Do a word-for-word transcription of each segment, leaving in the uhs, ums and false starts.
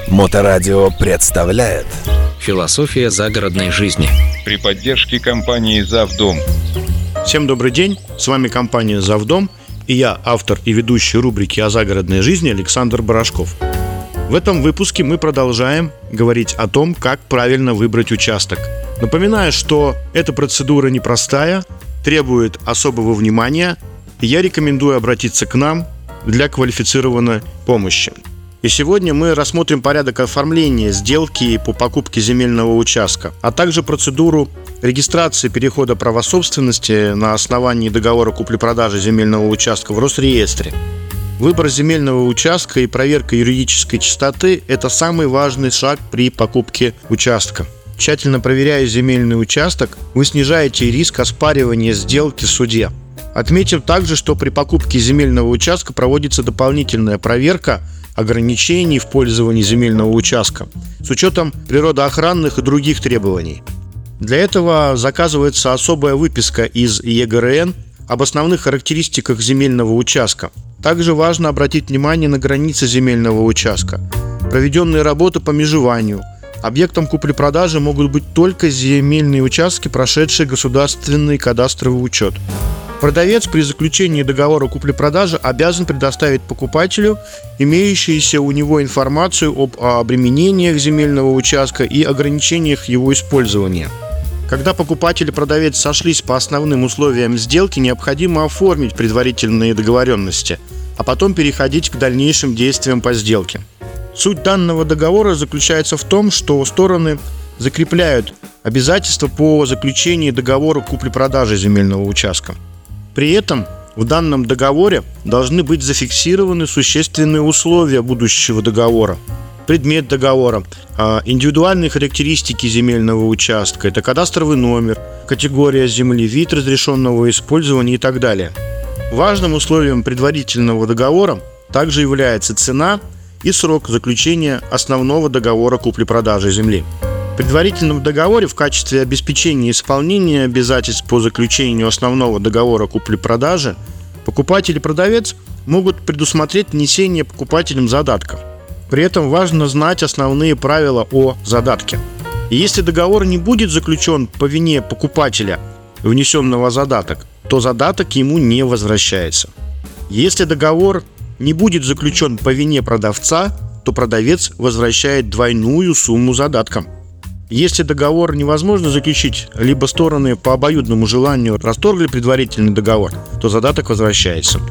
Моторадио представляет «Философия загородной жизни» при поддержке компании «Завдом». Всем добрый день, с вами компания «Завдом» и я, автор и ведущий рубрики о загородной жизни Александр Барашков. В этом выпуске мы продолжаем говорить о том, как правильно выбрать участок. Напоминаю, что эта процедура непростая, требует особого внимания, и я рекомендую обратиться к нам для квалифицированной помощи. И сегодня мы рассмотрим порядок оформления сделки по покупке земельного участка, а также процедуру регистрации перехода права собственности на основании договора купли-продажи земельного участка в Росреестре. Выбор земельного участка и проверка юридической чистоты – это самый важный шаг при покупке участка. Тщательно проверяя земельный участок, вы снижаете риск оспаривания сделки в суде. Отметим также, что при покупке земельного участка проводится дополнительная проверка ограничений в пользовании земельного участка с учетом природоохранных и других требований. Для этого заказывается особая выписка из ЕГРН об основных характеристиках земельного участка. Также важно обратить внимание на границы земельного участка, проведенные работы по межеванию. Объектом купли-продажи могут быть только земельные участки, прошедшие государственный кадастровый учет. Продавец при заключении договора купли-продажи обязан предоставить покупателю имеющуюся у него информацию об обременениях земельного участка и ограничениях его использования. Когда покупатель и продавец сошлись по основным условиям сделки, необходимо оформить предварительные договоренности, а потом переходить к дальнейшим действиям по сделке. Суть данного договора заключается в том, что стороны закрепляют обязательства по заключению договора купли-продажи земельного участка. При этом в данном договоре должны быть зафиксированы существенные условия будущего договора. Предмет договора, индивидуальные характеристики земельного участка, это кадастровый номер, категория земли, вид разрешенного использования и так далее. Важным условием предварительного договора также является цена и срок заключения основного договора купли-продажи земли. В предварительном договоре в качестве обеспечения исполнения обязательств по заключению основного договора купли-продажи покупатель и продавец могут предусмотреть внесение покупателем задатков. При этом важно знать основные правила о задатке. И если договор не будет заключен по вине покупателя, внесенного задаток, то задаток ему не возвращается. Если договор не будет заключен по вине продавца, то продавец возвращает двойную сумму задатка. Если договор невозможно заключить, либо стороны по обоюдному желанию расторгли предварительный договор, то задаток возвращается.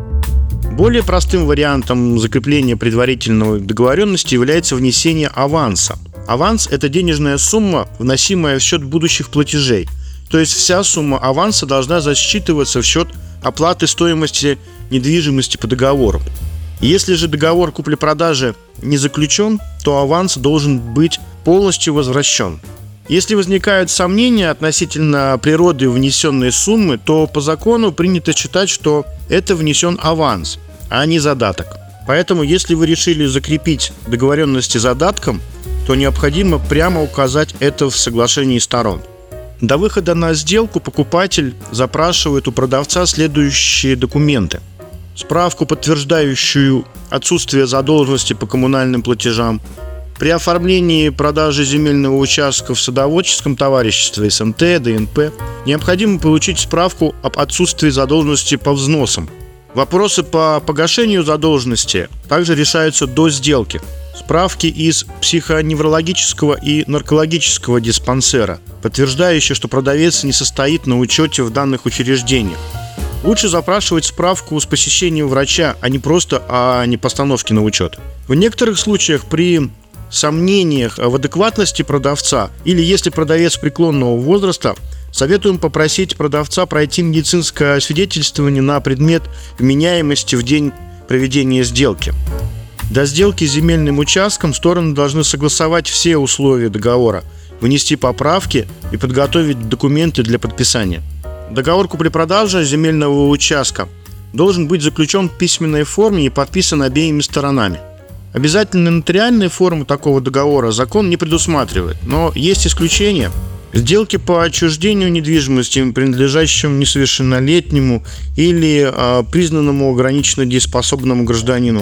Более простым вариантом закрепления предварительной договоренности является внесение аванса. Аванс – это денежная сумма, вносимая в счет будущих платежей. То есть вся сумма аванса должна засчитываться в счет оплаты стоимости недвижимости по договору. Если же договор купли-продажи не заключен, то аванс должен быть полностью возвращен. Если возникают сомнения относительно природы внесенной суммы, то по закону принято считать, что это внесен аванс, а не задаток. Поэтому, если вы решили закрепить договоренности задатком, то необходимо прямо указать это в соглашении сторон. До выхода на сделку покупатель запрашивает у продавца следующие документы: справку, подтверждающую отсутствие задолженности по коммунальным платежам. При оформлении продажи земельного участка в садоводческом товариществе эс эн тэ, дэ эн пэ необходимо получить справку об отсутствии задолженности по взносам. Вопросы по погашению задолженности также решаются до сделки. Справки из психоневрологического и наркологического диспансера, подтверждающие, что продавец не состоит на учете в данных учреждениях. Лучше запрашивать справку с посещением врача, а не просто о непостановке на учет. В некоторых случаях при сомнениях в адекватности продавца или если продавец преклонного возраста, советуем попросить продавца пройти медицинское освидетельствование на предмет вменяемости в день проведения сделки. До сделки с земельным участком стороны должны согласовать все условия договора, внести поправки и подготовить документы для подписания. Договор купли-продажи земельного участка должен быть заключен в письменной форме и подписан обеими сторонами. Обязательно нотариальные формы такого договора закон не предусматривает, но есть исключения. Сделки по отчуждению недвижимости, принадлежащим несовершеннолетнему или э, признанному ограниченно дееспособному гражданину,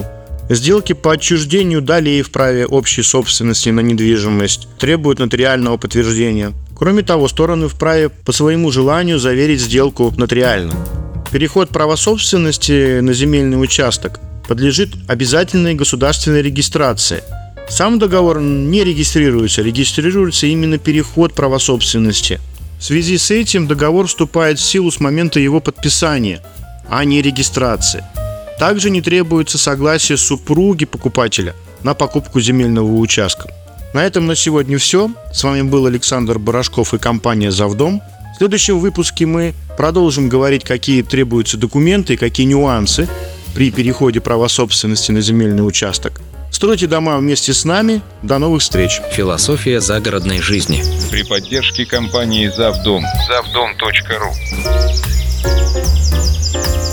Сделки по отчуждению долей в праве общей собственности на недвижимость требуют нотариального подтверждения. Кроме того, стороны вправе по своему желанию заверить сделку нотариально. Переход права собственности на земельный участок подлежит обязательной государственной регистрации. Сам договор не регистрируется, регистрируется именно переход права собственности. В связи с этим договор вступает в силу с момента его подписания, а не регистрации. Также не требуется согласие супруги покупателя на покупку земельного участка. На этом на сегодня все. С вами был Александр Барашков и компания «Завдом». В следующем выпуске мы продолжим говорить, какие требуются документы и какие нюансы при переходе права собственности на земельный участок. Стройте дома вместе с нами. До новых встреч. Философия загородной жизни. При поддержке компании «Завдом». завдом точка ру